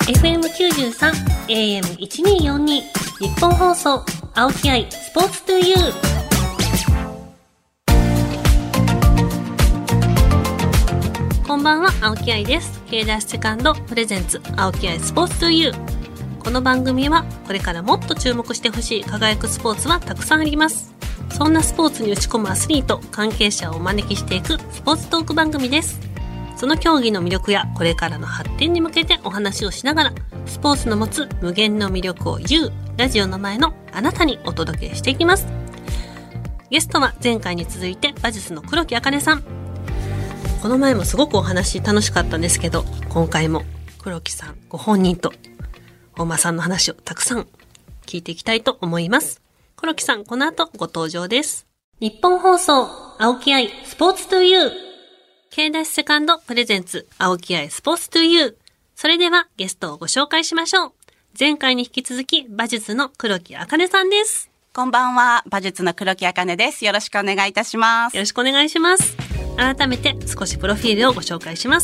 FM93 AM1242 日本放送青木愛スポーツトゥユー。こんばんは、青木愛です。 K ダッシュセカンドプレゼンツ青木愛スポーツトゥユー。この番組はこれからもっと注目してほしい輝くスポーツはたくさんあります。そんなスポーツに打ち込むアスリート関係者をお招きしていくスポーツトーク番組です。その競技の魅力やこれからの発展に向けてお話をしながら、スポーツの持つ無限の魅力を言うラジオの前のあなたにお届けしていきます。ゲストは前回に続いて馬術の黒木茜さん。この前もすごくお話楽しかったんですけど、今回も黒木さんご本人と大間さんの話をたくさん聞いていきたいと思います。黒木さん、この後ご登場です。日本放送青木愛スポーツトゥユー。K ダッシュセカンドプレゼンツ青木愛スポーツトゥユー。それではゲストをご紹介しましょう。前回に引き続き馬術の黒木茜さんです。 こんばんは、馬術の黒木茜です。よろしくお願いいたします。 よろしくお願いします。改めて少しプロフィールをご紹介します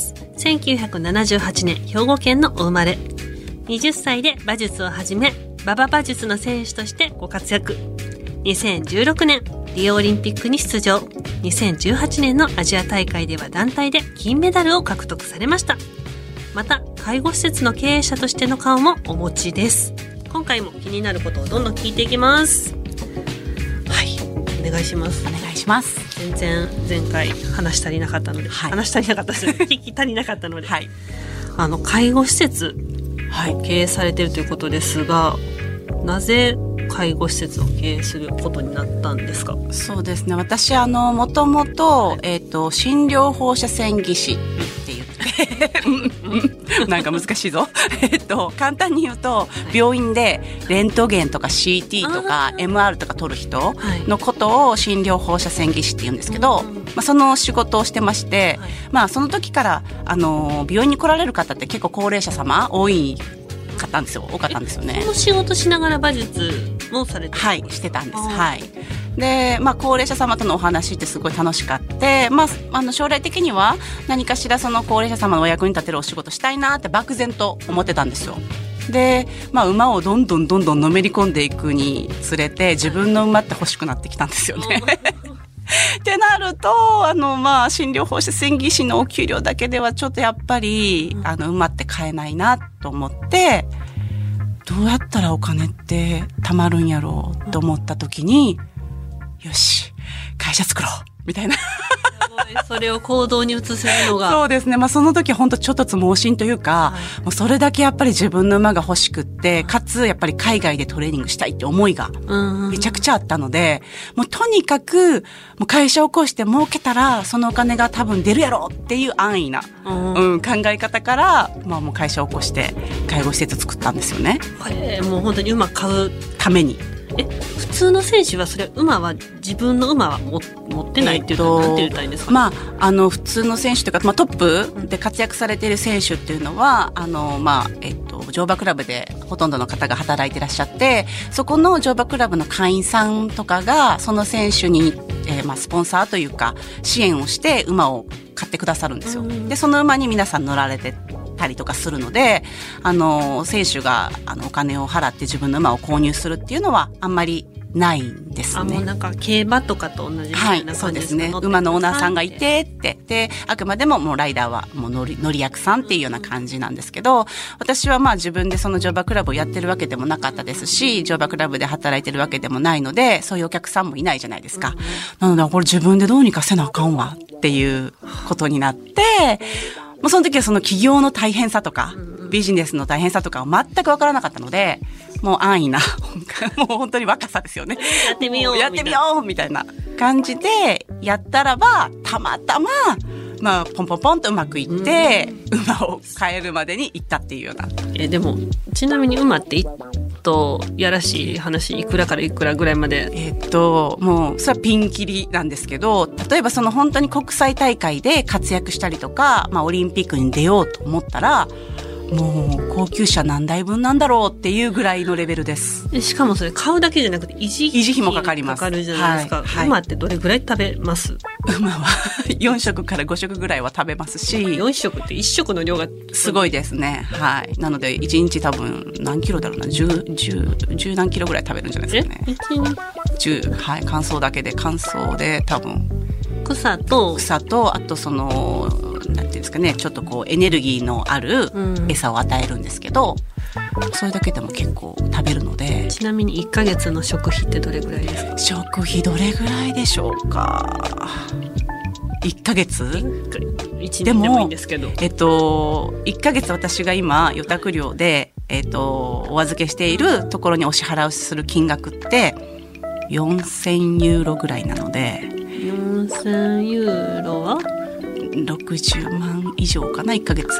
。1978年兵庫県のお生まれ。20歳で馬術を始め、馬場馬術の選手としてご活躍。2016年リオオリンピックに出場。2018年のアジア大会では団体で金メダルを獲得されました。また介護施設の経営者としての顔もお持ちです。今回も気になることをどんどん聞いていきます。はい、お願いします。 お願いします。 全然前回話し足りなかったので、話し足りなかったです聞き足りなかったので、介護施設経営されているということですが、なぜ介護施設を経営することになったんですか？ そうですね、私もともと診療放射線技師って言ってなんか難しいぞ簡単に言うと、病院でレントゲンとか CT とか MR とか取る人のことを診療放射線技師って言うんですけど、その仕事をしてまして、その時から病院に来られる方って結構高齢者様多かったんですよね。 その仕事しながら馬術もされてる？してたんです。で、高齢者様とのお話ってすごい楽しかって、将来的には何かしらその高齢者様のお役に立てるお仕事したいなって漠然と思ってたんですよ。で、馬をどんどんのめり込んでいくにつれて、自分の馬って欲しくなってきたんですよねってなると診療放射線技師のお給料だけではちょっとやっぱり馬って買えないなと思って、どうやったらお金って貯まるんやろうと思った時に、よし会社作ろうみたいなそれを行動に移せるのがそうですね、その時本当ちょっとつ盲信というか、もうそれだけやっぱり自分の馬が欲しくって、かつやっぱり海外でトレーニングしたいって思いがめちゃくちゃあったので、もうとにかくもう会社を起こして儲けたらそのお金が多分出るやろっていう安易な、考え方から、もう会社を起こして介護施設作ったんですよね。 もう本当に馬買うために。 普通の選手はそれ自分の馬は持ってないっていうか、なんて言ったらいいんですか？ 普通の選手というか、トップで活躍されている選手っていうのは乗馬クラブでほとんどの方が働いていらっしゃって、そこの乗馬クラブの会員さんとかがその選手に、スポンサーというか支援をして馬を買ってくださるんですよ。でその馬に皆さん乗られてたりとかするので、選手がお金を払って自分の馬を購入するっていうのはあんまりないんですね。 もうなんか競馬とかと同じみたいな感じですか？ そうですね。馬のオーナーさんがいてってで、あくまでももうライダーはもう乗り役さんっていうような感じなんですけど、私は自分でその乗馬クラブをやってるわけでもなかったですし、乗馬クラブで働いてるわけでもないので、そういうお客さんもいないじゃないですか。なのでこれ自分でどうにかせなあかんわっていうことになって、その時はその起業の大変さとかビジネスの大変さとかは全く分からなかったので、もう安易なもう本当に若さですよね。 やってみようみたいな感じでやったらば、たまたまポンポンポンとうまくいって、馬を買えるまでに行ったっていうような。 でもちなみに馬ってやらしい話、いくらからいくらぐらいまで？ もうそれはピンキリなんですけど、例えばその本当に国際大会で活躍したりとか、オリンピックに出ようと思ったら、 もう高級車何台分なんだろうっていうぐらいのレベルです。 しかもそれ買うだけじゃなくて維持費もかかります。 かかるじゃないですか。はい、馬ってどれぐらい食べます？ 馬は4食から5食ぐらいは食べますし。 4食って1食の量がすごいですね。はい。なので1日多分何キロだろうな、10何キロぐらい食べるんじゃないですかね。10、はい。乾燥で多分。草と、あとその、なんていうんですかね、ちょっとこうエネルギーのある餌を与えるんですけど、それだけでも結構食べるので。 ちなみに1ヶ月の食費ってどれぐらいですか？ 食費どれぐらいでしょうか。1ヶ月 1年でもいいんですけど。 1ヶ月私が今予託料で、お預けしているところにお支払いをする金額って4000ユーロぐらいなので。 4000ユーロは 60万以上かな、1ヶ月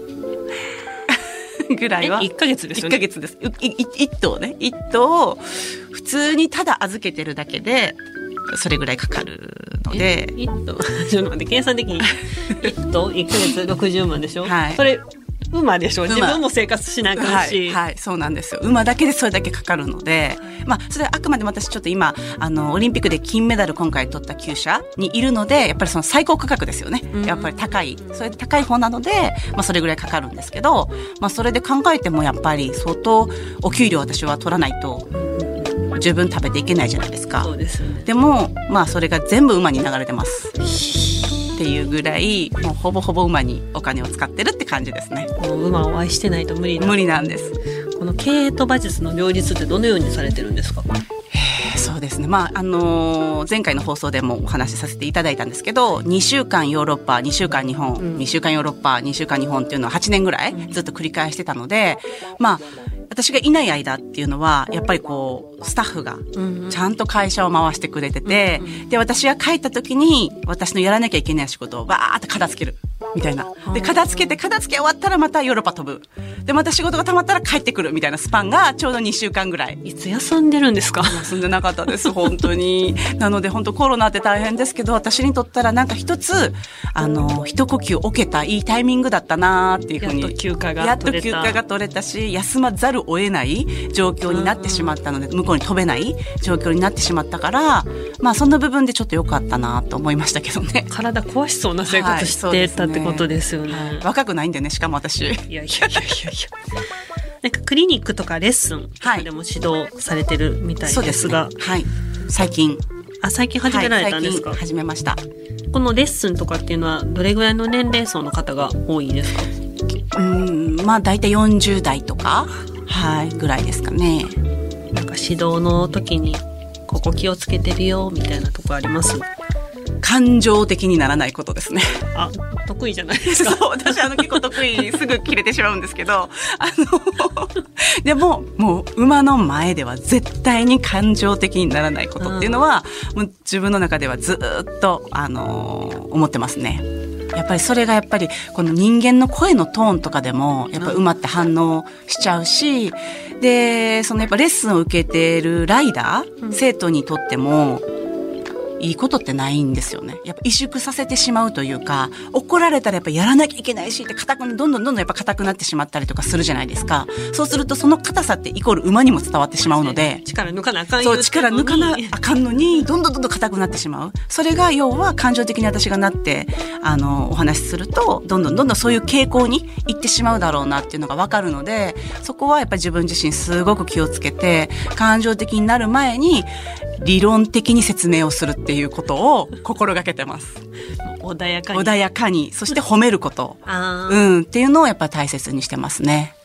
ぐらいは。 1ヶ月ですよね。 1ヶ月です。1頭ね。1頭を普通にただ預けてるだけで、それぐらいかかるので。 1頭ちょっと待って、計算的に。1頭1ヶ月60万でしょ？はい。それ、馬でしょ？自分も生活しながらし。 はい、そうなんですよ。馬だけでそれだけかかるので、まあ、それはあくまでも私ちょっと今、オリンピックで金メダル今回取った厩舎にいるので、やっぱりその最高価格ですよね。やっぱりそれで高い方なので、まあ、それぐらいかかるんですけど、まあ、それで考えてもやっぱり相当お給料私は取らないと、十分食べていけないじゃないですか。 そうですよね。 でも、まあ、それが全部馬に流れてます。っていうぐらい、もうほぼほぼ馬にお金を使ってるって感じですね。 もう馬を愛してないと無理なんです。 この経営と馬術の両立ってどのようにされてるんですか？ そうですね。まあ、前回の放送でもお話しさせていただいたんですけど、2週間ヨーロッパ、2週間日本、2週間ヨーロッパ、2週間日本っていうのを8年ぐらいずっと繰り返してたので、まあ、私がいない間っていうのは、やっぱりこう、スタッフがちゃんと会社を回してくれてて、で、私が帰った時に、私のやらなきゃいけない仕事をバーって片付ける。みたいな。で、片付け終わったらまたヨーロッパ飛ぶ。で、また仕事が溜まったら帰ってくるみたいなスパンがちょうど2週間ぐらい。 いつ休んでるんですか？ 休んでなかったです、本当に。なので本当コロナって大変ですけど、私にとったらなんか一つ、一呼吸置けたいいタイミングだったなーっていうふうに。 やっと休暇が取れたし、休まざるを得ない状況になってしまったので、向こうに飛べない状況になってしまったから、まあそんな部分でちょっと良かったなと思いましたけどね。 体壊しそうな生活してたってことですよね。はい、 若くないんでね、しかも私。 いや。なんかクリニックとかレッスンとかでも指導されてるみたいですが。 そうですね。はい。最近始められたんですか？ 最近始めました。 このレッスンとかっていうのはどれぐらいの年齢層の方が多いんですか？ まあ大体40代とか、はい、ぐらいですかね。 なんか指導の時にここ気をつけてるよみたいなとこあります？ 感情的にならないことですね。 あ、得意じゃないですか。 そう、私結構得意、すぐ切れてしまうんですけど、でも、もう馬の前では絶対に感情的にならないことっていうのは、もう自分の中ではずっと、思ってますね。やっぱりそれがこの人間の声のトーンとかでもやっぱ馬って反応しちゃうし、でそのやっぱレッスンを受けてるライダー、生徒にとってもいいことってないんですよね。やっぱ萎縮させてしまうというか、怒られたらやっぱやらなきゃいけないしってどんどんやっぱ硬くなってしまったりとかするじゃないですか。そうするとその硬さってイコール馬にも伝わってしまうので、 力抜かなあかんそう、力抜かなあかんのにどんどん硬くなってしまう。それが要は感情的に私がなってお話しするとどんどんそういう傾向に行ってしまうだろうなっていうのが分かるので、そこはやっぱり自分自身すごく気をつけて、感情的になる前に理論的に説明をするっていうことを心がけてます。穏やかに、そして褒めること、っていうのをやっぱり大切にしてますね。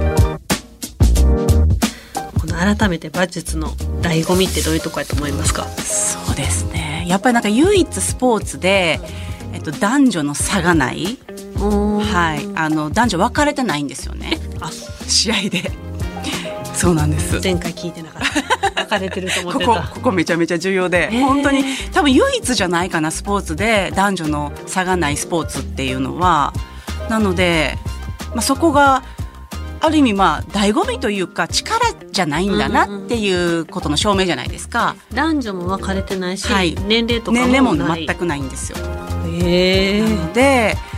この改めて馬術の醍醐味ってどういうところだと思いますか？ そうですね。やっぱりなんか唯一スポーツで、男女の差がない。はい、男女分かれてないんですよね。試合で。そうなんです。 前回聞いてなかった。分かれてると思ってた。 ここめちゃめちゃ重要で、本当に多分唯一じゃないかな、スポーツで男女の差がないスポーツっていうのは。なので、そこがある意味醍醐味というか力じゃないんだなっていうことの証明じゃないですか。 男女も分かれてないし、 はい、 年齢とかもない。 年齢も全くないんですよ。なので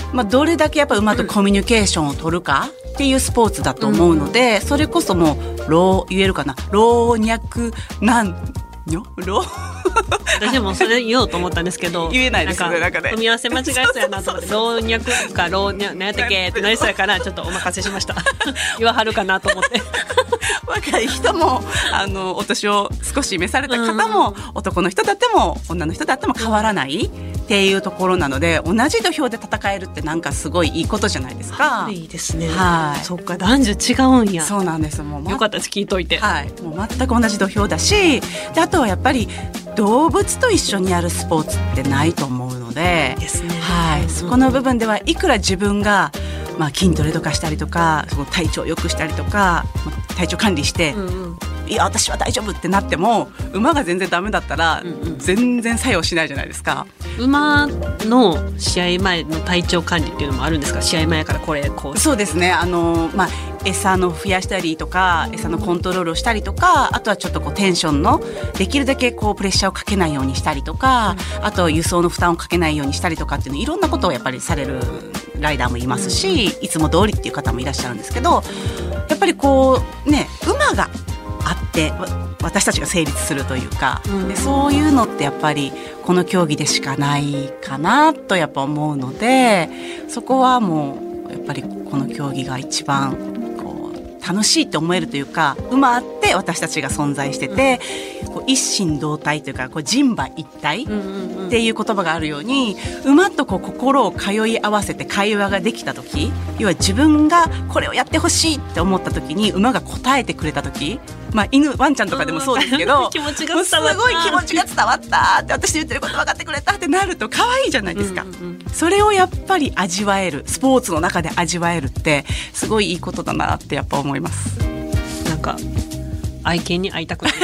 どれだけやっぱ馬とコミュニケーションを取るかっていうスポーツだと思うので、それこそもう言えるかな、老若男女私もそれ言おうと思ったんですけど言えないですよね、なんかね組み合わせ間違えそうやなと思って老若か何やったっけってなりそうやからちょっとお任せしました言わはるかなと思って若い人もお年を少し召された方も、男の人だっても女の人だっても変わらないっていうところなので、同じ土俵で戦えるってなんかすごいいいことじゃないですか。 いいですね。 はい。 そっか、男女違うんや。 そうなんです。もうよかったです、聞いといて。 はい。もう全く同じ土俵だし、であとはやっぱり動物と一緒にやるスポーツってないと思うので、 ですね。 はい。そこの部分ではいくら自分が筋トレとかしたりとか、その体調を良くしたりとか、体調管理して、いや私は大丈夫ってなっても、馬が全然ダメだったら、全然作用しないじゃないですか。 馬の試合前の体調管理っていうのもあるんですか？試合前からこう。 そうですね。餌の増やしたりとか、餌のコントロールをしたりとか、あとはちょっとテンションのできるだけプレッシャーをかけないようにしたりとか、あと輸送の負担をかけないようにしたりとかっていうの、いろんなことをやっぱりされるライダーもいますし、いつも通りっていう方もいらっしゃるんですけど、やっぱり馬があって私たちが成立するというか、でそういうのってやっぱりこの競技でしかないかなとやっぱ思うので、そこはもうやっぱりこの競技が一番楽しいって思えるというか、馬あって私たちが存在してて、一心同体というか人馬一体っていう言葉があるように、馬と心を通い合わせて会話ができた時、要は自分がこれをやってほしいって思った時に馬が答えてくれた時、ワンちゃんとかでもそうですけど気持ちが伝わった、 すごい気持ちが伝わったって、私言ってること分かってくれたってなると可愛いじゃないですか。それをやっぱり味わえる、スポーツの中で味わえるってすごいいいことだなってやっぱ思います。 なんか愛犬に会いたくなりま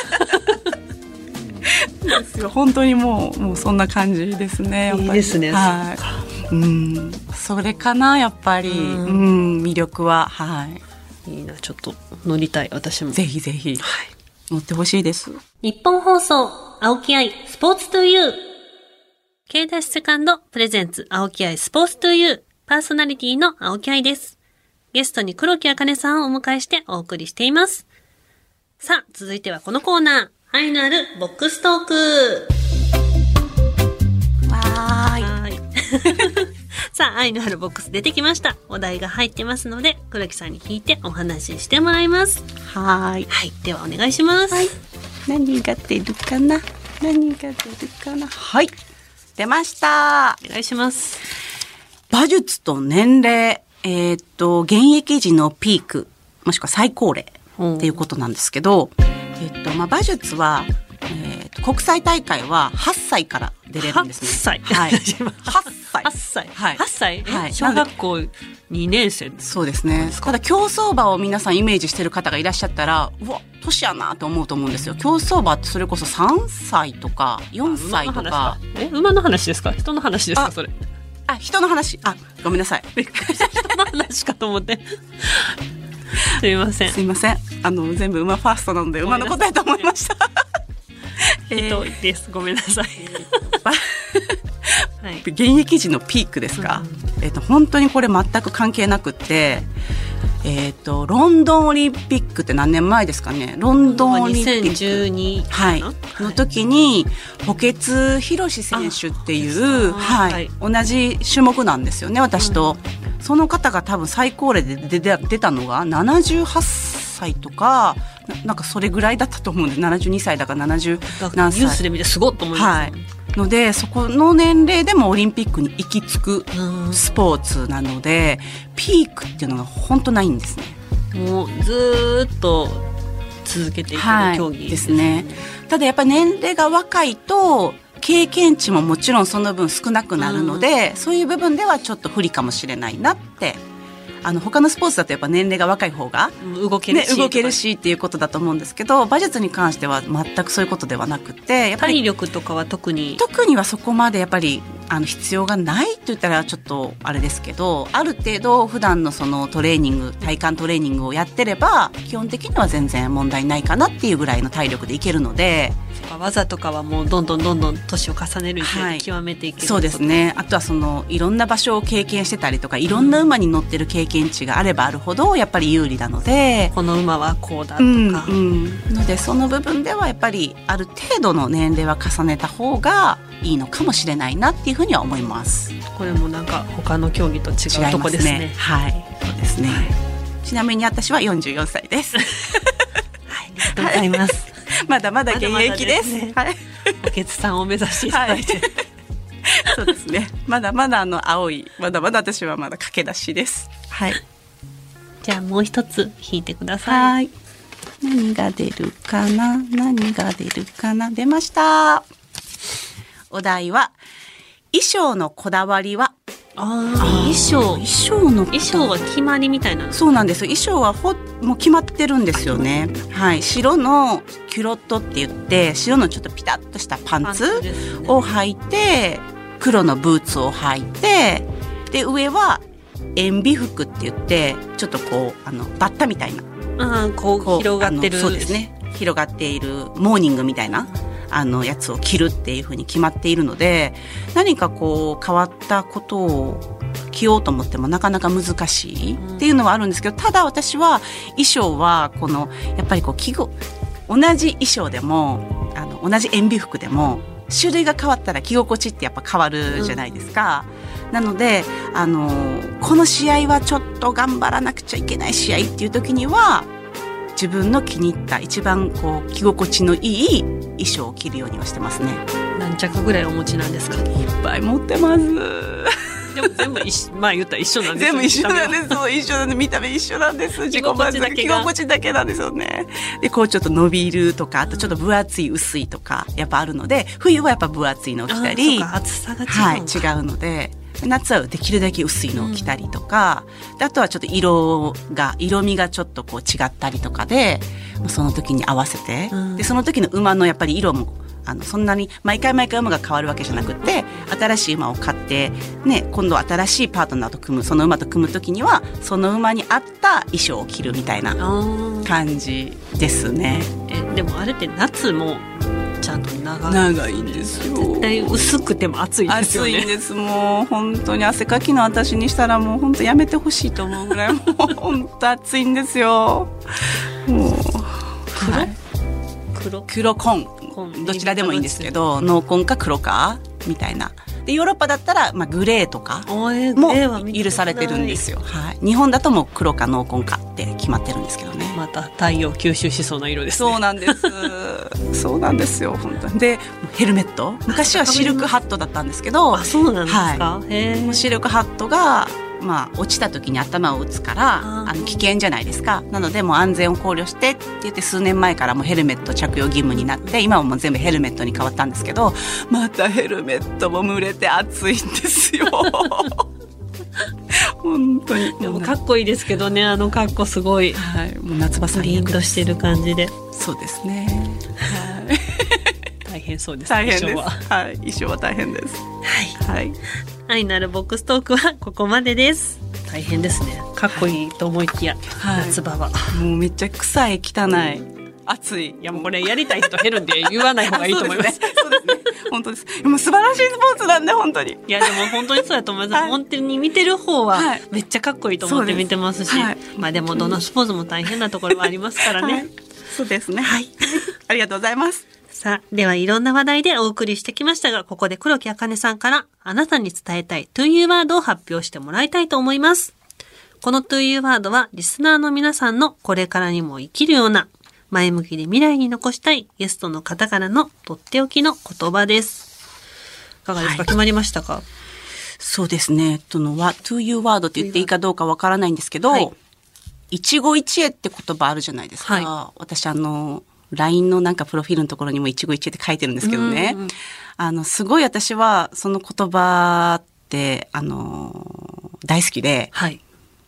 したですよ。本当にもうそんな感じですね。やっぱりいいですね。 はい。それかな、やっぱり魅力は。はい。 いいな、ちょっと乗りたい。私もぜひぜひ、はい、乗ってほしいです。 日本放送青木愛スポーツトゥユー、 K ダッシュセカンドプレゼンツ青木愛スポーツトゥユー、パーソナリティの青木愛です。ゲストに黒木茜さんをお迎えしてお送りしています。さあ、続いてはこのコーナー、愛のあるボックストーク。 わーいさあ、愛のあるボックス出てきました。お題が入ってますので、黒木さんに引いてお話ししてもらいます。 はい。 ではお願いします。はい。 何が出るかな。はい。出ました。 お願いします。 馬術と年齢、現役時のピーク、もしくは最高齢っていうことなんですけど、馬術は、国際大会は8歳から出れるんですね。 8歳。 はい。8 歳。 はい。 8歳、 はい、 小学校2年生。 そうですね。ただ競走馬を皆さんイメージしてる方がいらっしゃったら、うわ、年やなと思うと思うんですよ。競走馬ってそれこそ3歳とか4歳とか。 馬の話ですか？人の話ですか？それ。 人の話。ごめんなさい。 人の話かと思って。すいません。 すいません。全部馬ファーストなので馬の答えと思いました。 人です。ごめんなさい。 はい、現役時のピークですか？本当にこれ全く関係なくって、ロンドンオリンピックって何年前ですかね。ロンドンオリンピック 2012、 はい、の時に補欠博選手っていう、はい、同じ種目なんですよね、私と。その方が多分最高齢で出たのが78歳とかなんかそれぐらいだったと思うんで、72歳だから70何歳、 ニュースで見てすごいと思います、 はい、のでそこの年齢でもオリンピックに行き着くスポーツなので、ピークっていうのが本当ないんですね。 もうずっと続けていく競技ですね。ただやっぱり年齢が若いと経験値ももちろんその分少なくなるので、そういう部分ではちょっと不利かもしれないなって他のスポーツだとやっぱ年齢が若い方が、 動けるし、 動けるしっていうことだと思うんですけど、馬術に関しては全くそういうことではなくて、やっぱり体力とかは特にはそこまでやっぱり必要がないと言ったらちょっとあれですけど、ある程度普段のそのトレーニング、体幹トレーニングをやってれば基本的には全然問題ないかなっていうぐらいの体力でいけるので、 技とかはもうどんどん年を重ねるにつれて極めていける、 そうですね。あとはいろんな場所を経験してたりとか、いろんな馬に乗ってる経験値があればあるほどやっぱり有利なので、 この馬はこうだとか、 のでその部分ではやっぱりある程度の年齢は重ねた方がいいのかもしれないなっていうふうには思います。 これもなんか他の競技と違うとこですね。 はい、そうですね、ちなみに私は44歳です。 はい、ありがとうございます。 まだまだ現役です。 はい、おけつさんを目指していただいて、 そうですね。まだまだ青い、まだまだ私はまだ駆け出しです。 はい。じゃあもう一つ引いてください。 はい。何が出るかな、何が出るかな。出ました。お題は衣装のこだわりは。 衣装は決まりみたいな。 そうなんですよ。衣装はもう決まってるんですよね。はい、白のキュロットって言って白のちょっとピタッとしたパンツを履いて、黒のブーツを履いて、で上は塩ビ服って言ってちょっとこうバッタみたいな、 広がってる、 そうですね、広がっているモーニングみたいなやつを着るっていう風に決まっているので、何かこう変わったことを着ようと思ってもなかなか難しいっていうのはあるんですけど、ただ私は衣装はやっぱり同じ衣装でも同じ塩ビ服でも種類が変わったら着心地ってやっぱ変わるじゃないですか、なのでこの試合はちょっと頑張らなくちゃいけない試合っていう時には自分の気に入った一番着心地のいい衣装を着るようにはしてますね。 何着ぐらいお持ちなんですか？ いっぱい持ってます。 でも全部まあ言ったら一緒なんですよ。 全部一緒なんです。一緒なんで、見た目一緒なんです。着心地だけなんですよね。でちょっと伸びるとか、あとちょっと分厚い薄いとかやっぱあるので、冬はやっぱ分厚いのを着たり、 そうか、厚さが違う、 はい、違うので、夏はできるだけ薄いのを着たりとか、であとはちょっと色味がちょっと違ったりとかで、その時に合わせて、でその時の馬のやっぱり色もそんなに毎回馬が変わるわけじゃなくて、新しい馬を買って、ね、今度新しいパートナーとその馬と組む時にはその馬に合った衣装を着るみたいな感じですね。 でもあれって夏もちゃんと長いんですよ。 絶対薄くても暑いですよね。 暑いんです。もう本当に汗かきの私にしたらもう本当やめてほしいと思うぐらいもう本当暑いんですよ。もう黒紺、どちらでもいいんですけど、濃紺か黒かみたいな。でヨーロッパだったら、グレーとかも許されてるんですよ、はい、日本だともう黒か濃紺かって決まってるんですけどね。 また太陽吸収しそうな色ですね。 そうなんですそうなんですよ本当に。でヘルメット、昔はシルクハットだったんですけど、 そうなんですか、 もうシルクハットが落ちた時に頭を打つから危険じゃないですか。なのでもう安全を考慮してって言って、数年前からもうヘルメット着用義務になって、今はもう全部ヘルメットに変わったんですけど、またヘルメットも蒸れて暑いんですよ本当に。 でもかっこいいですけどね、かっこすごい、 はい、もう夏場最悪リンとしてる感じで。 そうですね、はい大変そうです。 大変です。はい、衣装は大変です。はい、 愛のあるボックストークはここまでです。大変ですね。かっこいいと思いきや、夏場はもうめっちゃ臭い汚い暑い。 いやもうこれやりたい人減るんで言わない方がいいと思います。 そうですね本当です。もう素晴らしいスポーツなんで本当に。 いやでも本当にそうだと思います、本当に見てる方はめっちゃかっこいいと思って見てますし、でもどのスポーツも大変なところはありますからね、 そうですね、ありがとうございます。 さあ、ではいろんな話題でお送りしてきましたが、ここで黒木茜さんからあなたに伝えたい To You ワードを発表してもらいたいと思います。この To You ワードはリスナーの皆さんのこれからにも生きるような前向きで未来に残したいゲストの方からのとっておきの言葉です。いかがですか、決まりましたか？ そうですね。To You ワードって言っていいかどうかわからないんですけど、一期一会って言葉あるじゃないですか。私LINE のなんかプロフィールのところにも一期一会って書いてるんですけどね。すごい私はその言葉って大好きで、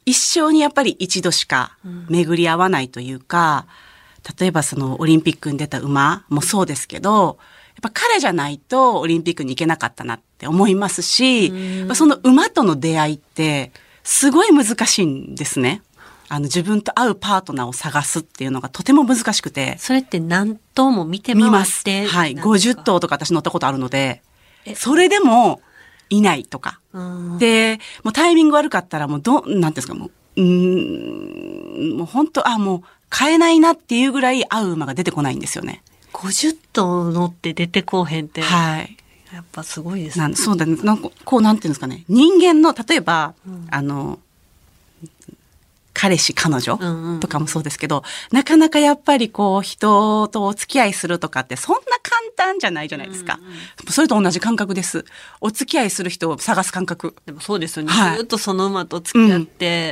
一生にやっぱり一度しか巡り合わないというか、例えばそのオリンピックに出た馬もそうですけど、やっぱ彼じゃないとオリンピックに行けなかったなって思いますし、その馬との出会いってすごい難しいんですね。自分と合うパートナーを探すっていうのがとても難しくて。 それって何頭も見て回って？ 見ます。はい。50頭とか私乗ったことあるので、それでもいないとか。で、もうタイミング悪かったらもうなんていうんですか、もう本当、もう買えないなっていうぐらい合う馬が出てこないんですよね。 50頭乗って出てこうへんって。 はい。 やっぱすごいですね。 そうだね。なんていうんですかね。人間の、例えば、彼氏、彼女とかもそうですけど、なかなかやっぱり人とお付き合いするとかってそんな簡単じゃないじゃないですか。それと同じ感覚です。お付き合いする人を探す感覚。 でもそうですよね。ずっとその馬と付き合って。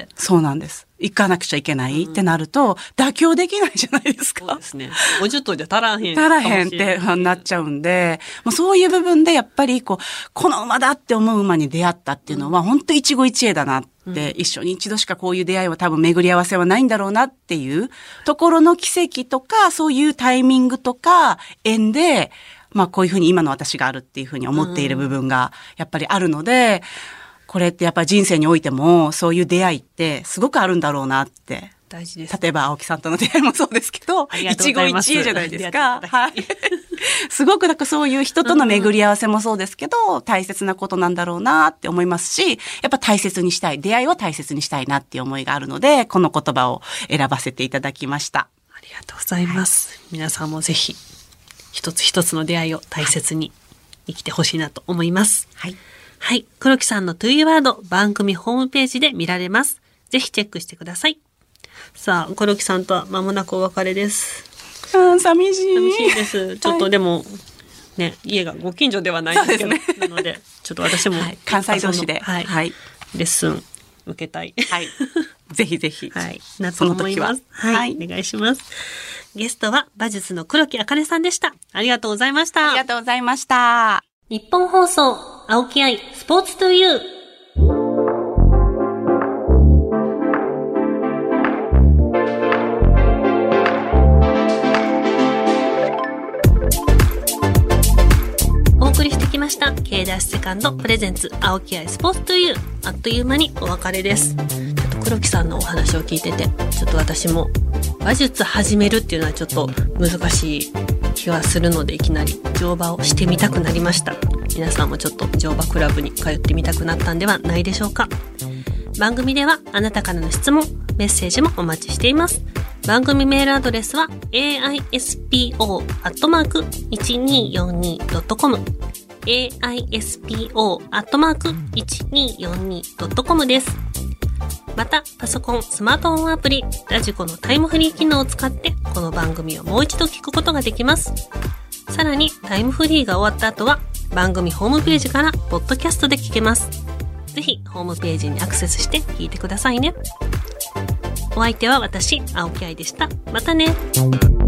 そうなんです。行かなくちゃいけないってなると、妥協できないじゃないですか。 そうですね。50頭じゃ足らへん。 足らへんってなっちゃうんで、もうそういう部分でやっぱりこの馬だって思う馬に出会ったっていうのは、本当一期一会だなって、一生に一度しかこういう出会いは多分巡り合わせはないんだろうなっていうところの奇跡とか、そういうタイミングとか縁で、こういうふうに今の私があるっていうふうに思っている部分がやっぱりあるので、これってやっぱり人生においてもそういう出会いってすごくあるんだろうなって。 大事です。 例えば青木さんとの出会いもそうですけど、一期一会じゃないですか。はい。すごくそういう人との巡り合わせもそうですけど、大切なことなんだろうなって思いますし、やっぱ大切にしたい、出会いを大切にしたいなっていう思いがあるので、この言葉を選ばせていただきました。 ありがとうございます。皆さんもぜひ一つ一つの出会いを大切に生きてほしいなと思います。 はい。 はい。黒木さんの To You Word 番組ホームページで見られます。ぜひチェックしてください。さあ、黒木さんとは間もなくお別れです。 寂しい。 寂しいです。ちょっとでも、ね、家がご近所ではないですけど、なので、ちょっと私も、 関西同士で、 はい。レッスン受けたい。 はい。ぜひぜひ。 はい。なと思います。はい。お願いします。ゲストは馬術の黒木茜さんでした。ありがとうございました。 ありがとうございました。 日本放送、青木愛、スポーツトゥユー。お送りしてきました、Kダッシュセカンドプレゼンツ、青木愛、スポーツトゥユー。あっという間にお別れです。ちょっと黒木さんのお話を聞いてて、ちょっと私も馬術始めるっていうのはちょっと難しい気はするので、いきなり乗馬をしてみたくなりました。皆さんもちょっと乗馬クラブに通ってみたくなったんではないでしょうか。番組ではあなたからの質問、メッセージもお待ちしています。番組メールアドレスは aispo@1242.com aispo@1242.com です。また、パソコン、スマートフォンアプリ、ラジコのタイムフリー機能を使って、この番組をもう一度聞くことができます。さらに、タイムフリーが終わった後は、番組ホームページから、ポッドキャストで聞けます。ぜひ、ホームページにアクセスして聞いてくださいね。お相手は私、青木愛でした。またね。